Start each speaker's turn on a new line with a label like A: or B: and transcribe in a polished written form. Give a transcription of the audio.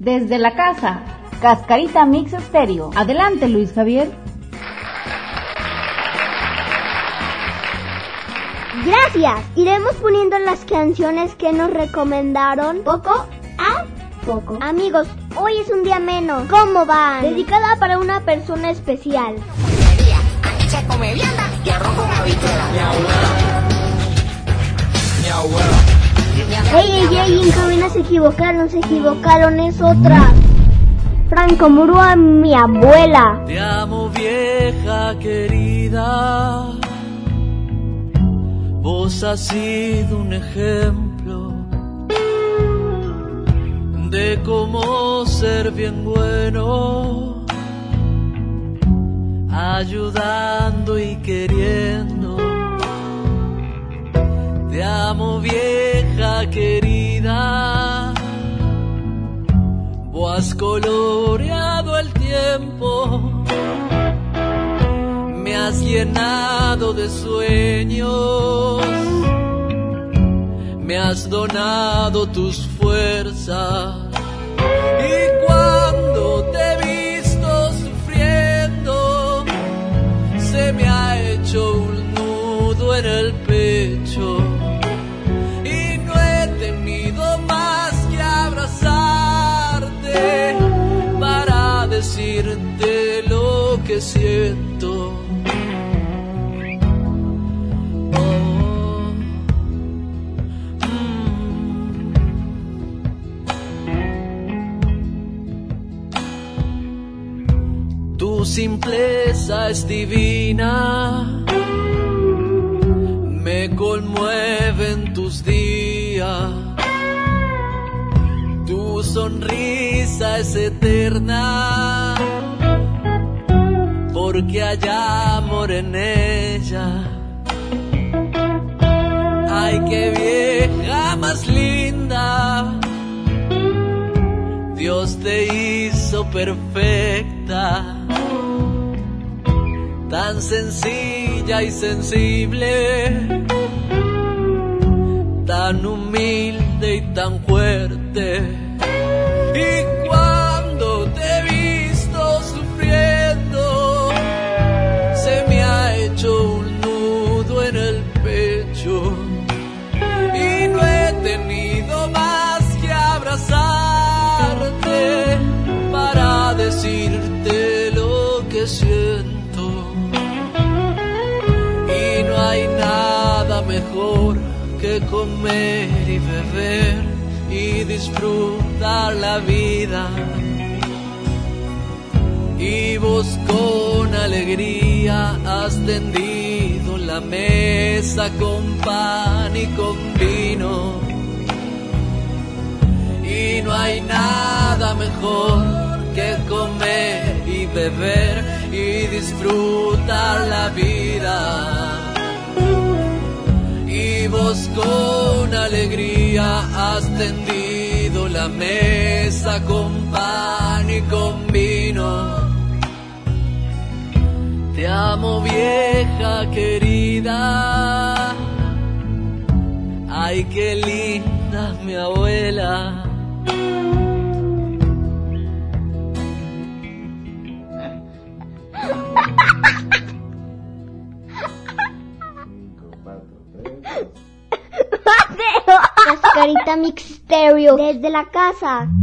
A: Desde la casa, Cascarita Mix Estéreo. Adelante, Luis Javier.
B: Gracias. Iremos poniendo las canciones que nos recomendaron poco a poco. Amigos, hoy es un día menos. ¿Cómo van? Dedicada para una persona especial.
C: Hecha come vianda y arroz con habichuela. Mi abuela.
B: Ey, en cabina se equivocaron, es otra. Franco Murúa, mi abuela.
D: Te amo, vieja querida. Vos has sido un ejemplo de cómo ser bien bueno, ayudando y queriendo. Te amo, vieja querida. Vos has coloreado el tiempo, me has llenado de sueños, me has donado tus fuerzas. Y cuando te he visto sufriendo, se me ha hecho un nudo en el pecho. Y no he tenido más que abrazarte para decirte lo que siento. Tu simpleza es divina, me conmueven tus días. Tu sonrisa es eterna, porque hay amor en ella. Ay, qué vieja más linda, Dios te hizo perfecta, tan sencilla y sensible, tan humilde y tan fuerte. Y cuando te he visto sufriendo, se me ha hecho un nudo en el pecho. Y no he tenido más que abrazarte para decirte lo que siento. Y no hay nada mejor que comer y beber y disfrutar la vida. Y vos con alegría has tendido la mesa con pan y con vino. Y no hay nada mejor que comer y beber y disfrutar la vida. Y vos con alegría has tendido la mesa con pan y con vino. Te amo, vieja querida. Ay, qué linda mi abuela.
B: Cascarita Mix Estéreo. Desde la casa.